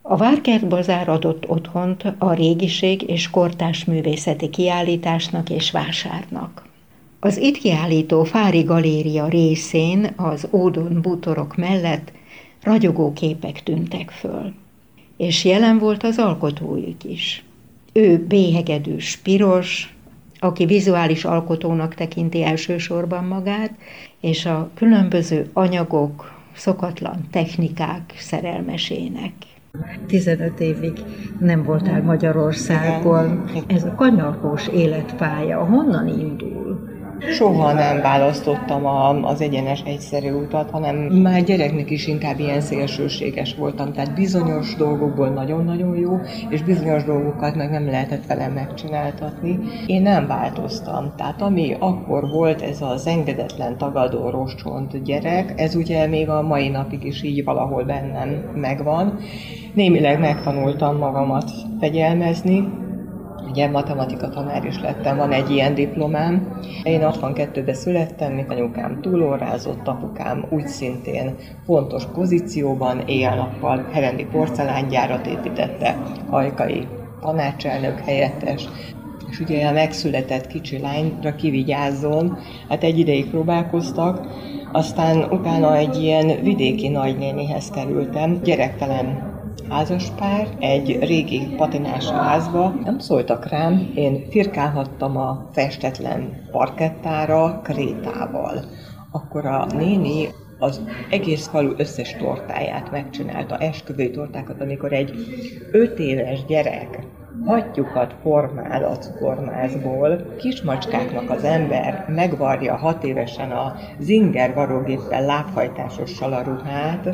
A Várkert Bazár adott otthont a régiség és kortárs művészeti kiállításnak és vásárnak. Az itt kiállító Fári Galéria részén az ódon bútorok mellett ragyogó képek tűntek föl, és jelen volt az alkotójuk is. Ő béhegedűs piros, aki vizuális alkotónak tekinti elsősorban magát, és a különböző anyagok, szokatlan technikák szerelmesének. 15 évig nem voltál Magyarországon. Ez a kanyargós életpálya honnan indul? Soha nem választottam az egyenes, egyszerű utat, hanem már gyereknek is inkább ilyen szélsőséges voltam. Tehát bizonyos dolgokból nagyon-nagyon jó, és bizonyos dolgokat meg nem lehetett velem megcsináltatni. Én nem változtam. Tehát ami akkor volt, ez az engedetlen, tagadó, rostcsont gyerek, ez ugye még a mai napig is így valahol bennem megvan. Némileg megtanultam magamat fegyelmezni. Ugye matematika tanár is lettem, van egy ilyen diplomám. Én 62-ben születtem, mint anyukám túlórázott, apukám úgy szintén fontos pozícióban, éjjel-nappal herendi porcelángyárat építette, ajkai tanácselnök helyettes. És ugye a megszületett kicsi lányra kivigyázzon, hát egy ideig próbálkoztak, aztán utána egy ilyen vidéki nagynénihez kerültem, gyerektelen házaspár, egy régi patinás házba. Nem szóltak rám, én firkálhattam a festetlen parkettára krétával. Akkor a néni az egész falu összes tortáját megcsinálta, esküvői tortákat, amikor egy 5 éves gyerek hattyúkat formál a cukormászból, kismacskáknak az ember megvarja 6 évesen a zinger varógéppel lábhajtásossal a ruhát.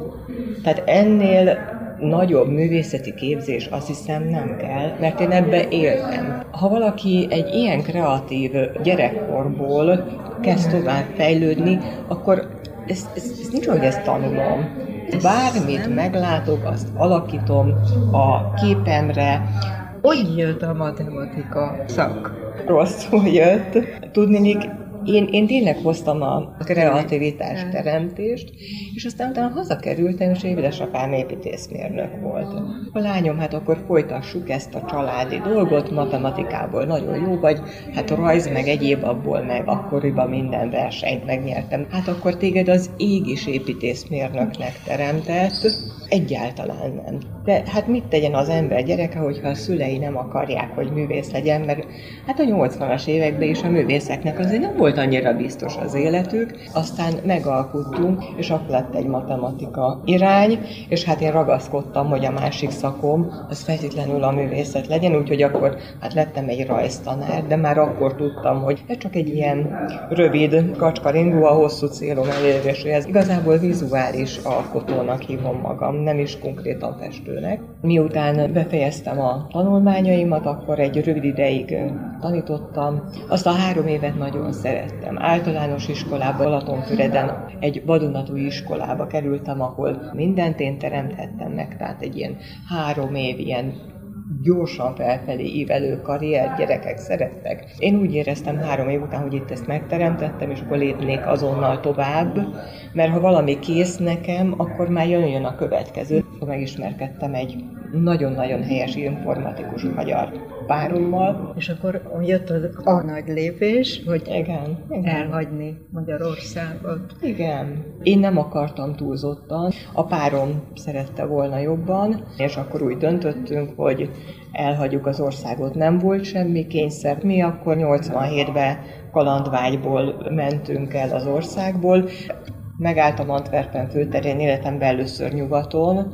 Tehát ennél nagyobb művészeti képzés azt hiszem nem kell, mert én ebbe éltem. Ha valaki egy ilyen kreatív gyerekkorból kezd tovább fejlődni, akkor ez nincs, hogy ezt tanulom. Bármit meglátok, azt alakítom a képemre. Hogy jött a matematika szak? Rosszul jött. Tudniillik, én tényleg hoztam a kreativitás teremtést, és aztán utána hazakerültem, és édesapám építészmérnök volt. A lányom, hát akkor folytassuk ezt a családi dolgot, matematikából nagyon jó vagy, hát rajz meg egyéb abból meg akkoriban minden versenyt megnyertem. Hát akkor téged az ég is építészmérnöknek teremtett, egyáltalán nem. De hát mit tegyen az ember gyereke, hogyha a szülei nem akarják, hogy művész legyen, mert hát a 80-as években is a művészeknek azért nem volt annyira biztos az életük. Aztán megalkuttunk, és akkor lett egy matematika irány, és hát én ragaszkodtam, hogy a másik szakom az feltétlenül a művészet legyen, úgyhogy akkor hát lettem egy rajztanár, de már akkor tudtam, hogy ez csak egy ilyen rövid kacskaringó a hosszú célom eléréséhez. Igazából vizuális alkotónak hívom magam, nem is konkrétan festőnek. Miután befejeztem a tanulmányaimat, akkor egy rövid ideig tanítottam. Azt a 3 évet nagyon szerettem. Általános iskolába, Balatonfüreden egy vadonatúj iskolába kerültem, ahol mindent én teremthettem meg, tehát egy ilyen 3 év ilyen gyorsan felfelé ívelő karrier, gyerekek szerettek. Én úgy éreztem 3 év után, hogy itt ezt megteremtettem, és akkor lépnék azonnal tovább, mert ha valami kész nekem, akkor már jön a következő. Megismerkedtem egy nagyon-nagyon helyes informatikus magyar párommal. És akkor jött a nagy lépés, hogy igen. elhagyni Magyarországot. Igen. Én nem akartam túlzottan. A párom szerette volna jobban, és akkor úgy döntöttünk, hogy elhagyjuk az országot. Nem volt semmi kényszer. Mi akkor 87-ben kalandvágyból mentünk el az országból. Megálltam Antwerpen főterén, életemben először nyugaton,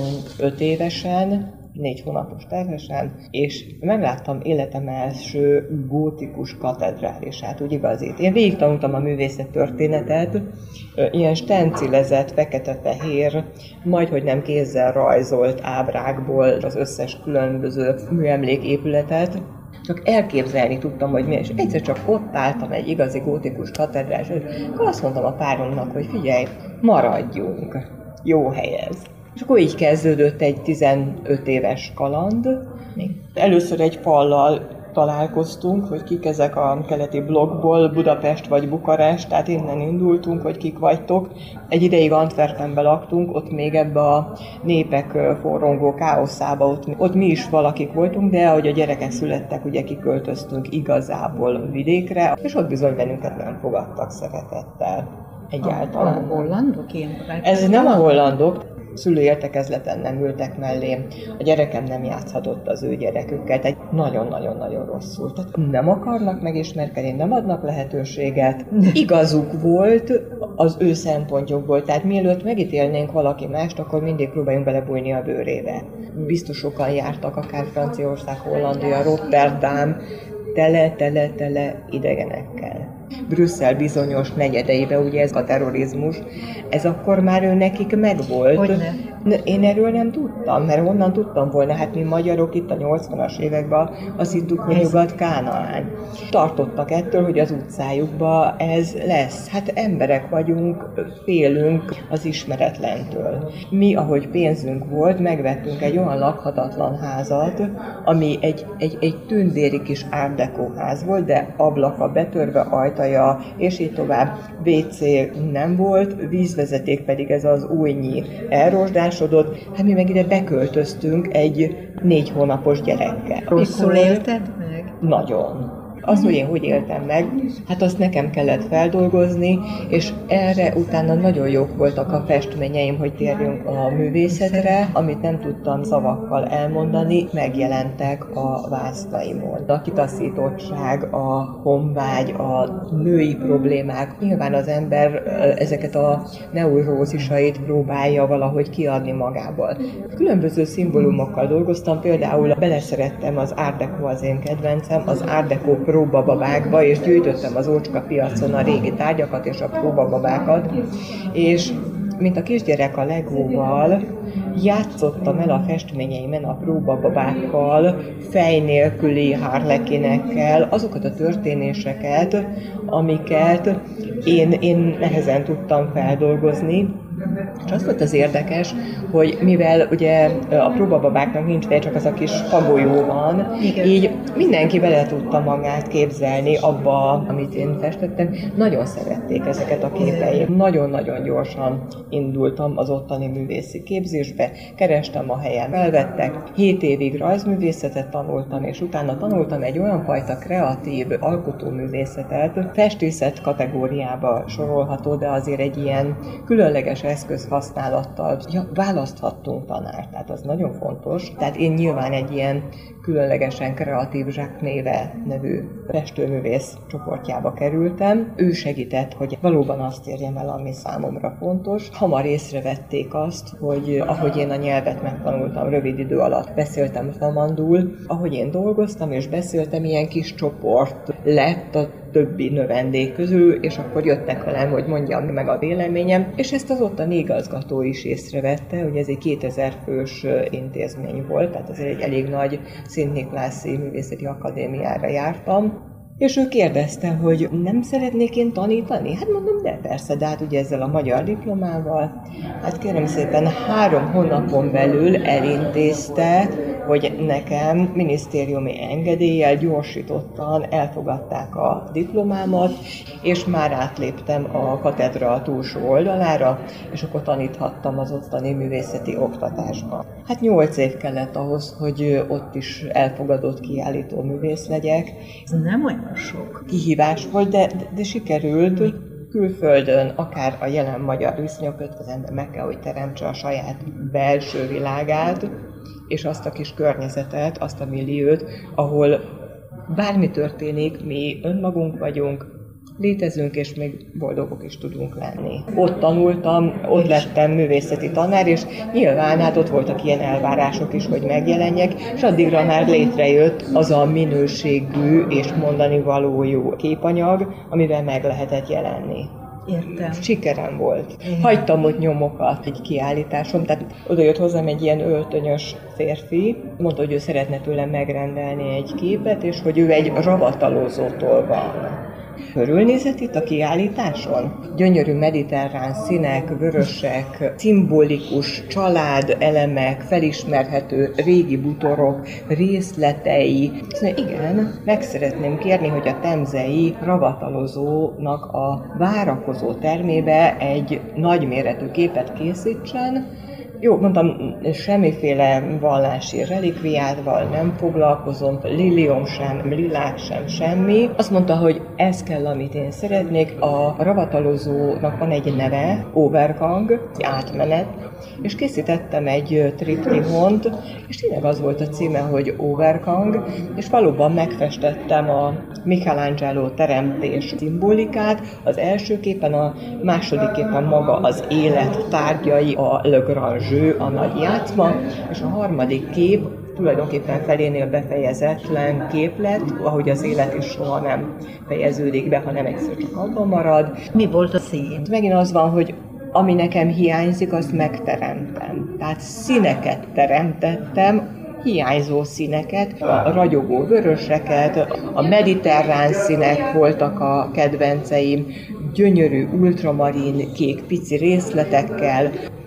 25 évesen, 4 hónapos terhesen, és megláttam életem első gótikus katedrálisát, úgy igazit. Én végig tanultam a művészettörténetet, ilyen stencilezett, fekete-fehér, majdhogy nem kézzel rajzolt ábrákból az összes különböző műemléképületet, csak elképzelni tudtam, hogy mi, és egyszer csak ott álltam egy igazi gótikus katedrás, és akkor azt mondtam a páromnak, hogy figyelj, maradjunk, jó hely ez. És akkor így kezdődött egy 15 éves kaland. Először egy fallal találkoztunk, hogy kik ezek a keleti blokkból, Budapest vagy Bukarest, tehát innen indultunk, hogy kik vagytok. Egy ideig Antwerpenben laktunk, ott még ebbe a népek forrongó káoszába, ott mi is valakik voltunk, de ahogy a gyerekek születtek, ugye kiköltöztünk igazából vidékre, és ott bizony bennünket nem fogadtak szeretettel egyáltalán. A hollandok? Ez nem a hollandok. Szülőértekezleten nem ültek mellém, a gyerekem nem játszhatott az ő gyerekükkel, tehát nagyon-nagyon-nagyon rosszul. Tehát nem akarnak megismerkedni, nem adnak lehetőséget. Igazuk volt az ő szempontjukból, tehát mielőtt megítélnénk valaki mást, akkor mindig próbáljunk belebújni a bőrébe. Biztos sokan jártak, akár Franciaország, Hollandia, Rotterdam, tele idegenekkel. Brüsszel bizonyos negyedeibe, ugye ez a terrorizmus, ez akkor már ő nekik megvolt. Hogyne? Én erről nem tudtam, mert honnan tudtam volna, hát mi magyarok itt a 80-as években azt hittük, hogy Nyugat-Kánaán. Tartottak ettől, hogy az utcájukba ez lesz. Hát emberek vagyunk, félünk az ismeretlentől. Mi, ahogy pénzünk volt, megvettünk egy olyan lakhatatlan házat, ami egy tündéri kis art deco ház volt, de ablaka betörve, ajtaja, és így tovább. WC nem volt, vízvezeték pedig ez az újnyi elrosdásodott. Hát mi meg ide beköltöztünk egy 4 hónapos gyerekkel. Rosszul élted meg? Nagyon. Az, hogy én hogy éltem meg, hát azt nekem kellett feldolgozni, és erre utána nagyon jók voltak a festményeim, hogy térjünk a művészetre, amit nem tudtam szavakkal elmondani, megjelentek a vásznaimon. A kitaszítottság, a honvágy, a női problémák. Nyilván az ember ezeket a neurózisait próbálja valahogy kiadni magából. Különböző szimbólumokkal dolgoztam, például beleszerettem az art deco, az én kedvencem, az art deco próbababákba, és gyűjtöttem az ócska piacon a régi tárgyakat és a próbababákat, és mint a kisgyerek a legóval, játszottam el a festményeimen a próbababákkal, fej nélküli harlekinekkel, azokat a történéseket, amiket én nehezen tudtam feldolgozni. És az volt az érdekes, hogy mivel ugye a próbababáknak nincs fej, csak az a kis fagolyó van, igen, így mindenki bele tudta magát képzelni abba, amit én festettem. Nagyon szerették ezeket a képeim. Nagyon-nagyon gyorsan indultam az ottani művészi képzésbe, kerestem a helyen, felvettek. 7 évig rajzművészetet tanultam, és utána tanultam egy olyan fajta kreatív alkotóművészetet, festészet kategóriába sorolható, de azért egy ilyen különleges eszközhasználattal választhattunk tanárt, tehát az nagyon fontos. Tehát én nyilván egy ilyen különlegesen kreatív Jacques Néve nevű festőművész csoportjába kerültem. Ő segített, hogy valóban azt érjem el, ami számomra fontos. Hamar észrevették azt, hogy ahogy én a nyelvet megtanultam, rövid idő alatt beszéltem flamandul, ahogy én dolgoztam és beszéltem, ilyen kis csoport lett a többi növendék közül, és akkor jöttek velem, hogy mondjam meg a véleményem, és ezt az ottani igazgató is észrevette, hogy ez egy 2000 fős intézmény volt, tehát ez egy elég nagy Szent Miklászi Művészeti Akadémiára jártam, és ő kérdezte, hogy nem szeretnék én tanítani? Hát mondom, de persze, de hát ugye ezzel a magyar diplomával, hát kérem szépen 3 hónapon belül elintézte, hogy nekem minisztériumi engedéllyel gyorsítottan elfogadták a diplomámat, és már átléptem a katedra túlsó oldalára, és akkor taníthattam az ottani művészeti oktatásban. Hát 8 év kellett ahhoz, hogy ott is elfogadott kiállító művész legyek. Ez nem olyan sok. Kihívás volt, de sikerült. Külföldön, akár a jelen magyar viszonyokat, az ember meg kell, hogy teremtse a saját belső világát, és azt a kis környezetet, azt a milliót, ahol bármi történik, mi önmagunk vagyunk, létezünk, és még boldogok is tudunk lenni. Ott tanultam, ott lettem művészeti tanár, és nyilván hát ott voltak ilyen elvárások is, hogy megjelenjek, és addigra már létrejött az a minőségű és mondani való jó képanyag, amivel meg lehetett jelenni. Értem. Sikerem volt. Hagytam ott nyomokat egy kiállításon, tehát oda jött hozzám egy ilyen öltönyös férfi, mondta, hogy ő szeretne tőlem megrendelni egy képet, és hogy ő egy ravatalozótól van. Körülnézett itt a kiállításon? Gyönyörű mediterrán színek, vörösek, szimbolikus család elemek, felismerhető régi bútorok, részletei. Igen, meg szeretném kérni, hogy a temzei ravatalozónak a várakozó termébe egy nagyméretű képet készítsen. Jó, mondtam, semmiféle vallási relikviával nem foglalkozom, lilium sem, lilák sem, semmi. Azt mondta, hogy ez kell, amit én szeretnék. A ravatalozónak van egy neve, Overgang, átmenet, és készítettem egy triptihont, és tényleg az volt a címe, hogy Overgang, és valóban megfestettem a Michelangelo teremtés szimbolikát, az első képen, a második képen maga az élet tárgyai, a Le Grand Jeu, a nagy játszma, és a harmadik kép tulajdonképpen felénél befejezetlen képlet, ahogy az élet is soha nem fejeződik be, hanem egyszer csak abban marad. Mi volt a szín? Megint az van, hogy ami nekem hiányzik, azt megteremtem. Tehát színeket teremtettem, hiányzó színeket, a ragyogó vöröseket, a mediterrán színek voltak a kedvenceim, gyönyörű ultramarin kék pici részletekkel.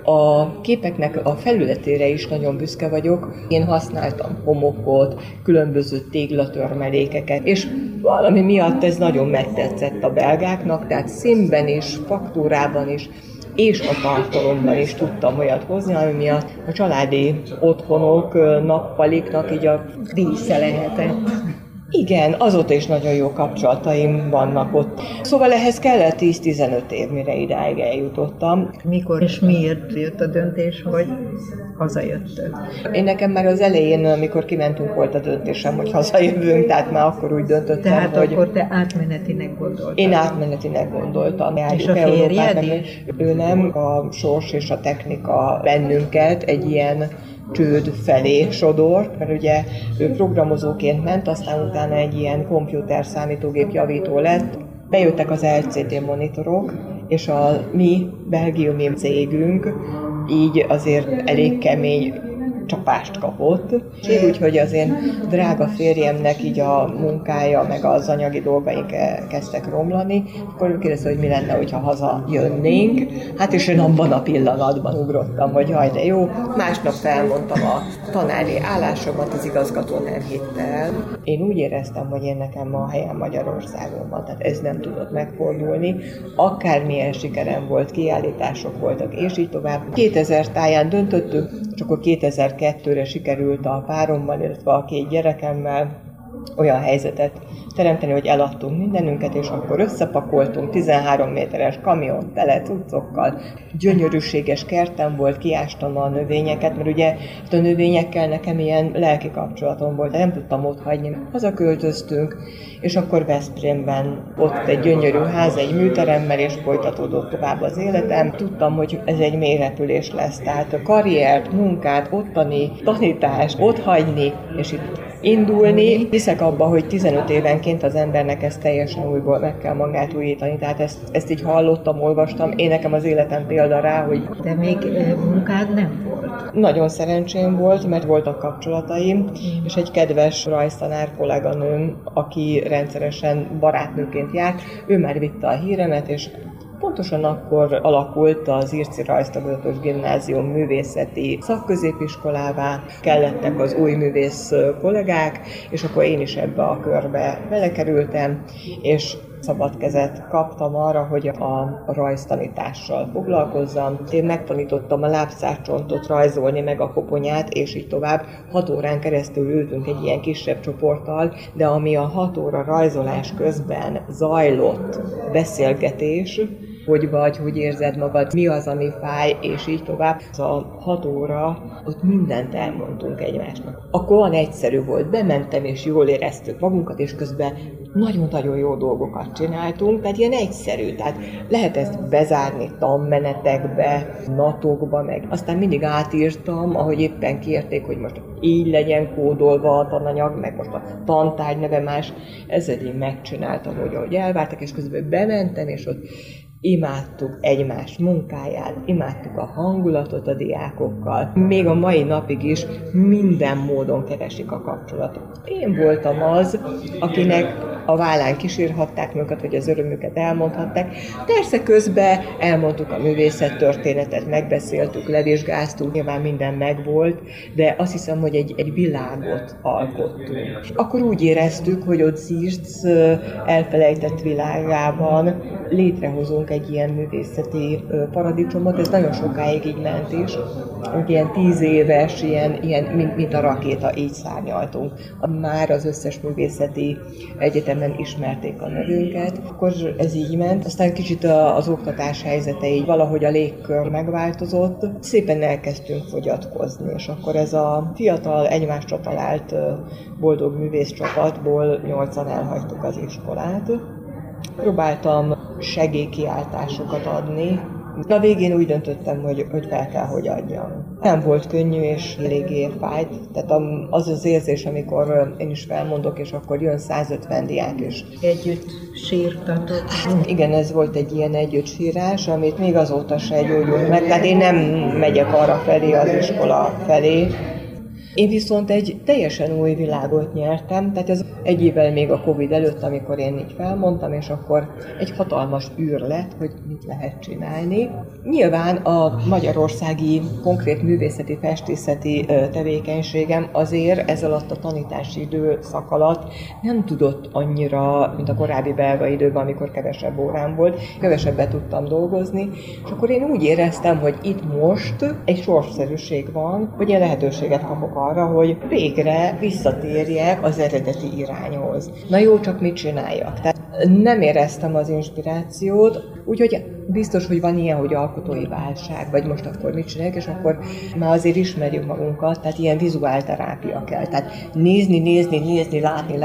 A képeknek a felületére is nagyon büszke vagyok. Én használtam homokot, különböző téglatörmelékeket, és valami miatt ez nagyon megtetszett a belgáknak, tehát színben is, faktúrában is, és a tartalomban is tudtam olyat hozni, ami miatt a családi otthonok, nappaliknak így a dísze lehetett. Igen, azóta is nagyon jó kapcsolataim vannak ott. Szóval ehhez kellett 10-15 év, mire idáig eljutottam. Mikor és miért jött a döntés, hogy hazajöttök? Én nekem már az elején, amikor kimentünk, volt a döntésem, hogy hazajövünk, tehát már akkor úgy döntöttem, tehát hogy... akkor te átmenetinek gondoltad? Én átmenetinek gondoltam. És a férjed is? Ő nem, a sors és a technika bennünket egy ilyen csőd felé sodort, mert ugye ő programozóként ment, aztán utána egy ilyen komputer számítógép javító lett. Bejöttek az LCD monitorok, és a mi belgiumi cégünk így azért elég kemény csapást kapott. Úgyhogy az én drága férjemnek így a munkája, meg az anyagi dolgaink kezdtek romlani, akkor ő kérdezte, hogy mi lenne, hogyha hazajönnénk. Hát és én abban a pillanatban ugrottam, hogy jaj, de jó. Másnap felmondtam a tanári állásomat, az igazgató nem hitte el. Én úgy éreztem, hogy én nekem a helyem Magyarországon van, tehát ez nem tudott megfordulni. Akármilyen sikerem volt, kiállítások voltak, és így tovább. 2000 táján döntöttük, és akkor 2002-re sikerült a párommal, illetve a 2 gyerekemmel olyan helyzetet teremteni, hogy eladtunk mindenünket, és akkor összepakoltunk 13 méteres kamion tele cuccokkal. Gyönyörűséges kertem volt, kiástam a növényeket, mert ugye a növényekkel nekem ilyen lelki kapcsolatom volt, de nem tudtam ott hagyni. Hazaköltöztünk, és akkor Veszprémben ott egy gyönyörű ház, egy műteremmel, és folytatódott tovább az életem. Tudtam, hogy ez egy mélyrepülés lesz, tehát a karriert, munkát, ottani tanítást, ott hagyni, és itt indulni. Hiszek abba, hogy 15 évenként az embernek ezt teljesen újból meg kell magát újítani. Tehát ezt így hallottam, olvastam. Én nekem az életem példa rá, hogy... De még munkád nem volt? Nagyon szerencsém volt, mert voltak kapcsolataim, és egy kedves rajztanár kolléganőm, aki rendszeresen barátnőként járt, ő már vitte a híremet, és pontosan akkor alakult az Irci Rajztagozatos Gimnázium művészeti szakközépiskolává, kellettek az új művész kollégák, és akkor én is ebbe a körbe belekerültem, és szabad kezet kaptam arra, hogy a rajztanítással foglalkozzam. Én megtanítottam a lábszárcsontot rajzolni, meg a koponyát, és így tovább. 6 órán keresztül ültünk egy ilyen kisebb csoporttal, de ami a 6 óra rajzolás közben zajlott beszélgetés, hogy vagy, hogy érzed magad, mi az, ami fáj, és így tovább. Az a 6 óra, ott mindent elmondtunk egymásnak. Akkor olyan egyszerű volt, bementem, és jól éreztük magunkat, és közben nagyon-nagyon jó dolgokat csináltunk, tehát ilyen egyszerű, tehát lehet ezt bezárni tanmenetekbe, natokba, meg aztán mindig átírtam, ahogy éppen kérték, hogy most így legyen kódolva a tananyag, meg most a tantárgy neve más, ezzel én megcsináltam, hogy ahogy elvártak, és közben bementem, és ott imádtuk egymás munkáját, imádtuk a hangulatot a diákokkal. Még a mai napig is minden módon keresik a kapcsolatot. Én voltam az, akinek a vállán kísérhatták magukat, vagy az örömüket elmondhatták. Persze közben elmondtuk a művészettörténetet, megbeszéltük, levizsgáztuk, nyilván minden megvolt, de azt hiszem, hogy egy világot alkottunk. Akkor úgy éreztük, hogy ott Zirc elfelejtett világában létrehozunk egy ilyen művészeti paradicsomot, ez nagyon sokáig így ment is. Ilyen 10 éves, ilyen mint a rakéta, így szárnyaltunk. Már az összes művészeti egyetemen ismerték a nevünket, akkor ez így ment. Aztán kicsit az oktatás helyzete így valahogy a légkör megváltozott. Szépen elkezdtünk fogyatkozni, és akkor ez a fiatal, egymásra talált boldog művész csapatból 8-an elhagytuk az iskolát. Próbáltam segélykiáltásokat adni, de a végén úgy döntöttem, hogy fel kell, hogy adjam. Nem volt könnyű, és eléggé fájt. Tehát az az érzés, amikor én is felmondok, és akkor jön 150 diák, és együtt sírtatok. Igen, ez volt egy ilyen együtt sírás, amit még azóta se gyógyult meg. Tehát én nem megyek arra felé, az iskola felé. Én viszont egy teljesen új világot nyertem, tehát ez egy évvel még a Covid előtt, amikor én így felmondtam, és akkor egy hatalmas űr lett, hogy mit lehet csinálni. Nyilván a magyarországi konkrét művészeti, festészeti tevékenységem azért ez alatt a tanítási időszak alatt nem tudott annyira, mint a korábbi belga időben, amikor kevesebb órám volt, kevesebbet tudtam dolgozni, és akkor én úgy éreztem, hogy itt most egy sorsszerűség van, hogy én lehetőséget kapok arra, hogy végre visszatérjek az eredeti irányhoz. Na jó, csak mit csináljak? Tehát nem éreztem az inspirációt, úgyhogy biztos, hogy van ilyen, hogy alkotói válság, vagy most akkor mit csináljuk, és akkor már azért ismerjük magunkat, tehát ilyen vizuálterápia kell. Tehát nézni,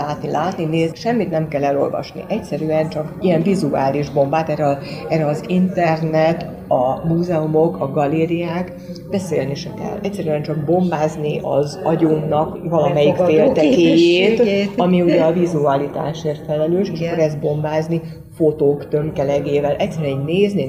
látni, semmit nem kell elolvasni. Egyszerűen csak ilyen vizuális bombát, erre az internet, a múzeumok, a galériák, beszélni se kell. Egyszerűen csak bombázni az agyunknak valamelyik féltekéjét, ami ugye a vizualitásért felelős, és akkor ezt bombázni fotók tömkelegével. Egyszerűen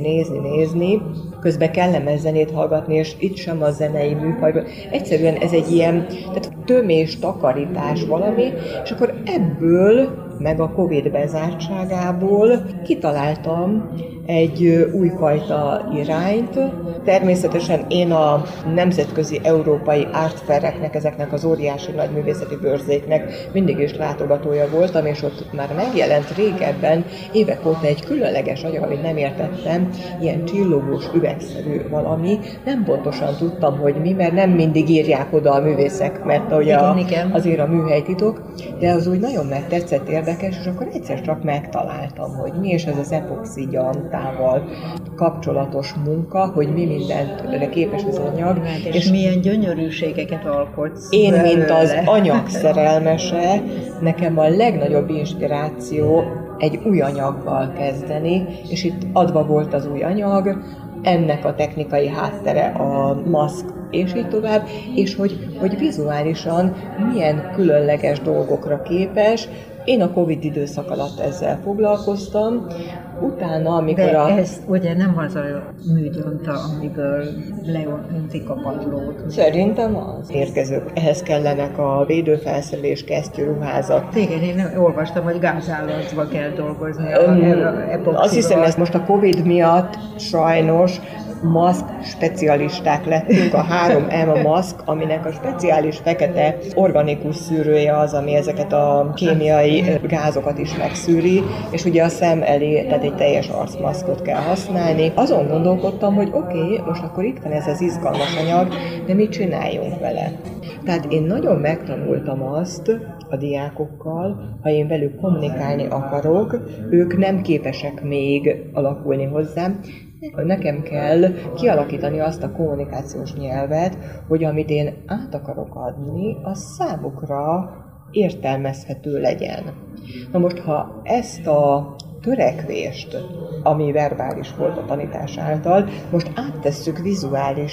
nézni, közben kellemes zenét hallgatni, és itt sem a zenei műfajban. Egyszerűen ez egy ilyen tömés, takarítás valami, és akkor ebből, meg a Covid bezártságából kitaláltam egy újfajta irányt. Természetesen én a nemzetközi európai artfaireknek, ezeknek az óriási nagy művészeti bőrzéknek mindig is látogatója voltam, és ott már megjelent régebben, évek óta egy különleges anyag, amit nem értettem, ilyen csillogós, üvegszerű valami. Nem pontosan tudtam, hogy mi, mert nem mindig írják oda a művészek, mert ugye azért a műhelytitok, de az úgy nagyon megtetszett, érdekes, és akkor egyszer csak megtaláltam, hogy mi is ez az epoxi gyantával kapcsolatos munka, hogy mi mindent képes az anyag. És milyen gyönyörűségeket alkotsz. Én, mint az anyag szerelmese, nekem a legnagyobb inspiráció egy új anyaggal kezdeni, és itt adva volt az új anyag, ennek a technikai háttere a maszk, és így tovább, és hogy vizuálisan milyen különleges dolgokra képes. Én a Covid időszak alatt ezzel foglalkoztam, utána, amikor de ez ugye nem az a műgyanta, amiből leöntik a padlót. Szerintem az érkezők. Ehhez kellenek a védőfelszerelés, kesztyű, ruházat. Igen, én olvastam, hogy gázállatba kell dolgozni epoxival. Azt hiszem, ez most a Covid miatt sajnos maszk specialisták lettünk, a 3M maszk, aminek a speciális fekete organikus szűrője az, ami ezeket a kémiai gázokat is megszűri, és ugye a szem elé, tehát egy teljes arcmaszkot kell használni. Azon gondolkodtam, hogy oké, most akkor itt van ez az izgalmas anyag, de mit csináljunk vele? Tehát én nagyon megtanultam azt a diákokkal, ha én velük kommunikálni akarok, ők nem képesek még alakulni hozzám, nekem kell kialakítani azt a kommunikációs nyelvet, hogy amit én át akarok adni, az számukra értelmezhető legyen. Na most, ha ezt a törekvést, ami verbális volt a tanítás által, most áttesszük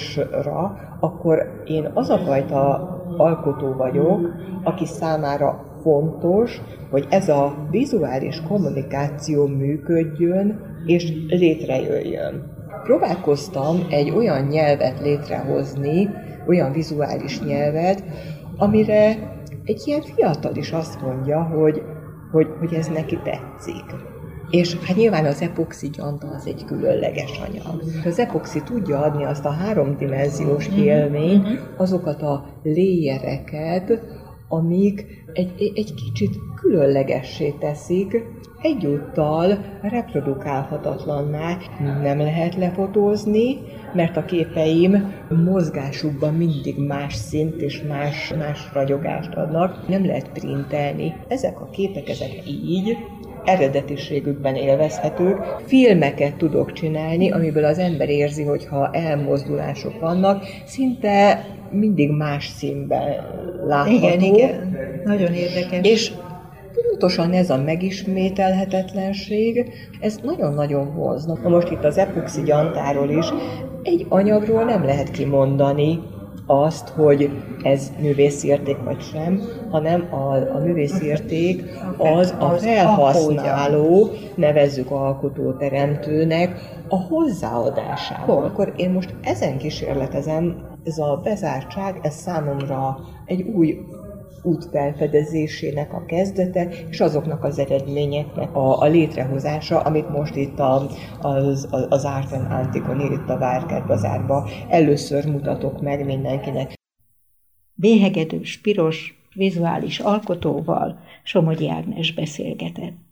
vizuálisra, akkor én az a fajta alkotó vagyok, aki számára fontos, hogy ez a vizuális kommunikáció működjön és létrejöjjön. Próbálkoztam egy olyan nyelvet létrehozni, olyan vizuális nyelvet, amire egy ilyen fiatal is azt mondja, hogy ez neki tetszik. És hát nyilván az epoxi gyanta az egy különleges anyag. Az epoxi tudja adni azt a háromdimenziós élményt, azokat a léjereket, amik egy kicsit különlegessé teszik, egyúttal reprodukálhatatlanná nem lehet lefotózni, mert a képeim mozgásukban mindig más szint és más ragyogást adnak. Nem lehet printelni. Ezek a képek, ezek így eredetiségükben élvezhetők. Filmeket tudok csinálni, amiből az ember érzi, hogyha elmozdulások vannak, szinte mindig más színben látható. Igen, nagyon érdekes. És pontosan ez a megismételhetetlenség, ez nagyon-nagyon vonzna. Na most itt az epoxi gyantáról is egy anyagról nem lehet kimondani azt, hogy ez művészi érték vagy sem, hanem a művészi érték az a felhasználó, nevezzük alkotóteremtőnek a hozzáadásával. Akkor én most ezen kísérletezem, ez a bezártság, ez számomra egy új út felfedezésének a kezdete, és azoknak az eredményeknek a létrehozása, amit most itt az Art and Antiquon, itt a Várkert bazárban először mutatok meg mindenkinek. Béhegedős Piros vizuális alkotóval Somogyi Ágnes beszélgetett.